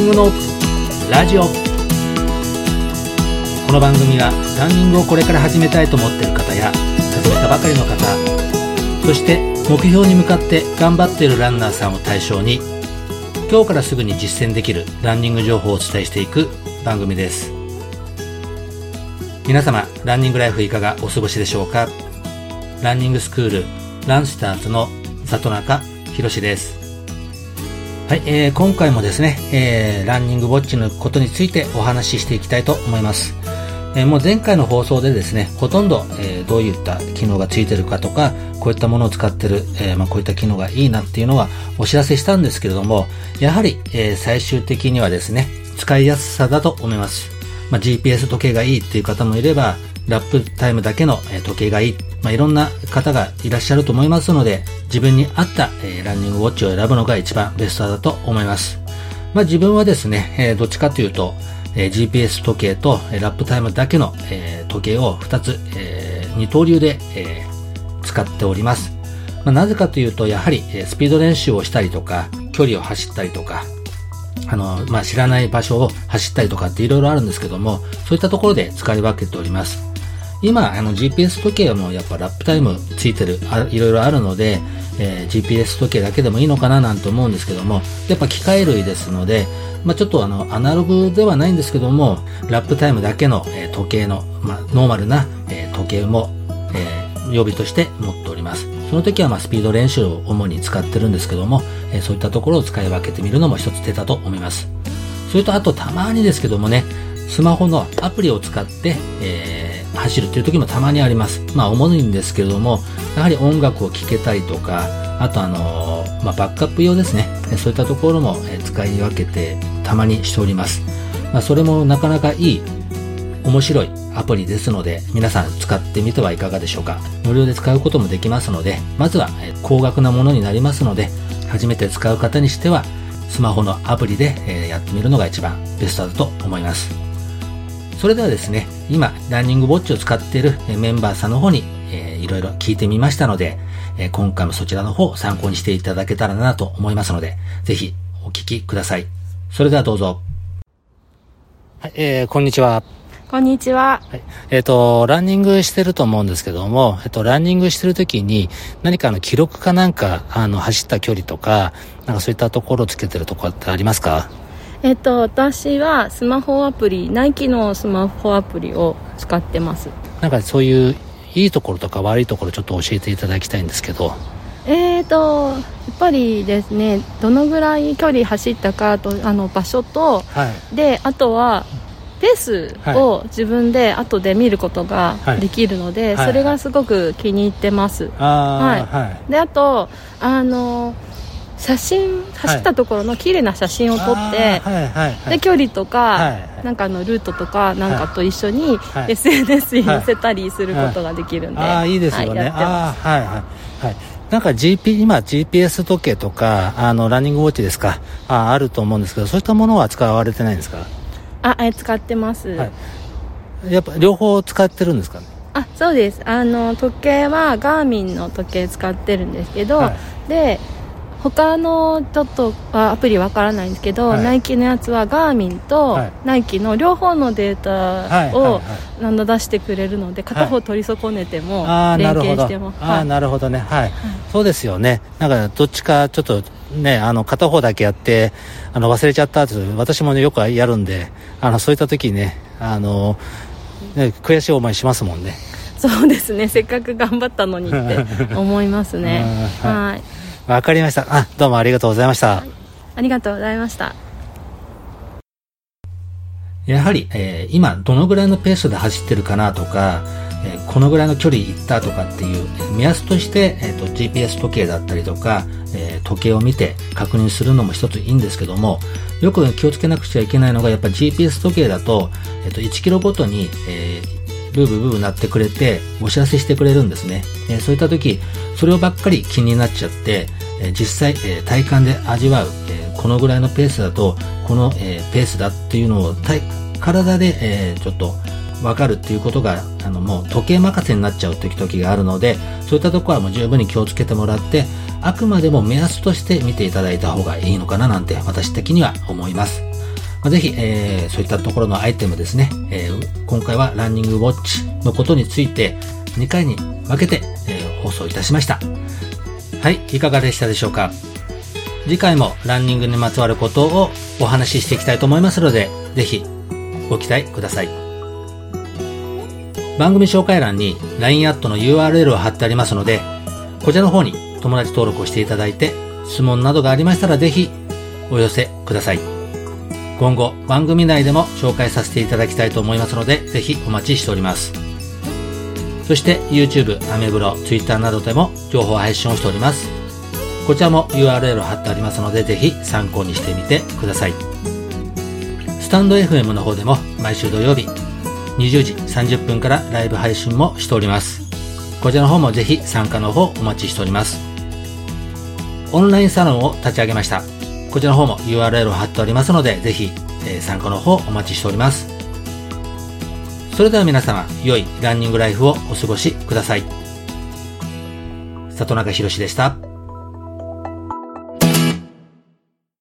ムのラジオ。この番組はランニングをこれから始めたいと思っている方や始めたばかりの方、そして目標に向かって頑張っているランナーさんを対象に、今日からすぐに実践できるランニング情報をお伝えしていく番組です。皆様、ランニングライフいかがお過ごしでしょうか。ランニングスクールランスターズの里中博です。はい、今回もですね、ランニングウォッチのことについてお話ししていきたいと思います。もう前回の放送でですね、ほとんど、どういった機能がついているかとか、こういったものを使っている、こういった機能がいいなっていうのはお知らせしたんですけれども、やはり、最終的にはですね、使いやすさだと思います。GPS 時計がいいっていう方もいれば、ラップタイムだけの時計がいい、いろんな方がいらっしゃると思いますので、自分に合ったランニングウォッチを選ぶのが一番ベストだと思います。自分はですね、どっちかというと、GPS 時計とラップタイムだけの時計を2つ、二刀流で使っております。なぜかというと、やはりスピード練習をしたりとか、距離を走ったりとか、知らない場所を走ったりとかっていろいろあるんですけども、そういったところで使い分けております。今GPS 時計もやっぱラップタイムついてるいろいろあるので、GPS 時計だけでもいいのかななんて思うんですけども、やっぱ機械類ですので、ちょっとアナログではないんですけども、ラップタイムだけの時計の、ノーマルな時計も予備として持っております。その時はスピード練習を主に使ってるんですけども、そういったところを使い分けてみるのも一つ手だと思います。それとあとたまにですけどもね、スマホのアプリを使って、走るという時もたまにあります。重いんですけれども、やはり音楽を聴けたりとか、あとバックアップ用ですね、そういったところも使い分けてたまにしております。それもなかなかいい面白いアプリですので、皆さん使ってみてはいかがでしょうか。無料で使うこともできますので、まずは高額なものになりますので、初めて使う方にしてはスマホのアプリでやってみるのが一番ベストだと思います。それではですね、今ランニングウォッチを使っているメンバーさんの方にいろいろ聞いてみましたので、今回もそちらの方を参考にしていただけたらなと思いますので、ぜひお聞きください。それではどうぞ。はい、こんにちは。 こんにちは。 はい、ランニングしてると思うんですけども、ランニングしてる時に何か記録かなんか走った距離とか、そういったところをつけてるところってありますか？ 私はスマホアプリ、ナイキのスマホアプリを使ってます。 そういういいところとか悪いところちょっと教えていただきたいんですけど。 やっぱりですね、どのぐらい距離走ったかと、場所と、で、あとはペースを自分で後で見ることができるので、それがすごく気に入ってます。で、あと写真、走ったところの綺麗な写真を撮って、で距離とか、ルートとかと一緒に SNS に載せたりすることができるんで、 いいですよね。今 GPS 時計とかランニングウォッチですか、あると思うんですけど、そういったものは使われてないんですか？ 使ってます。 やっぱ両方使ってるんですかね？ そうです。時計はガーミンの時計使ってるんですけど、で他のちょっとアプリわからないんですけど、ナイキのやつはガーミンとナイキの両方のデータを出してくれるので、片方取り損ねても連携しても、 なるほどね。そうですよね。どっちかちょっとね、片方だけやって忘れちゃったって私もよくやるんで、そういった時にね、悔しい思いしますもんね。 そうですね。せっかく頑張ったのにって思いますね。 わかりました。どうもありがとうございました。 ありがとうございました。 やはり、今どのぐらいのペースで走ってるかなとか、このぐらいの距離行ったとかっていう目安として、GPS 時計だったりとか、時計を見て確認するのも一ついいんですけども、よく気をつけなくちゃいけないのが、やっぱ GPS 時計だと、1キロごとに、ブーブーブー鳴ってくれてお知らせしてくれるんですね。そういった時、それをばっかり気になっちゃって、実際、体感で味わう、このぐらいのペースだとこの、ペースだっていうのを体で、ちょっと分かるっていうことがもう時計任せになっちゃうという時があるので、そういったところはもう十分に気をつけてもらって、あくまでも目安として見ていただいた方がいいのかななんて私的には思います。 ぜひ、そういったところのアイテムですね、今回はランニングウォッチのことについて2回に分けて、放送いたしました。はい、いかがでしたでしょうか。次回もランニングにまつわることをお話ししていきたいと思いますので、ぜひご期待ください。番組紹介欄に LINE アットの URL を貼ってありますので、こちらの方に友達登録をしていただいて、質問などがありましたらぜひお寄せください。今後番組内でも紹介させていただきたいと思いますので、ぜひお待ちしております。そして YouTube、アメブロ、Twitter などでも情報配信をしております。こちらも URL を貼ってありますので、ぜひ参考にしてみてください。スタンド FM の方でも毎週土曜日20時30分からライブ配信もしております。こちらの方もぜひ参加の方お待ちしております。オンラインサロンを立ち上げました。こちらの方も URL を貼っておりますので、ぜひ、参加の方お待ちしております。それでは皆様、良いランニングライフをお過ごしください。里中博史でした。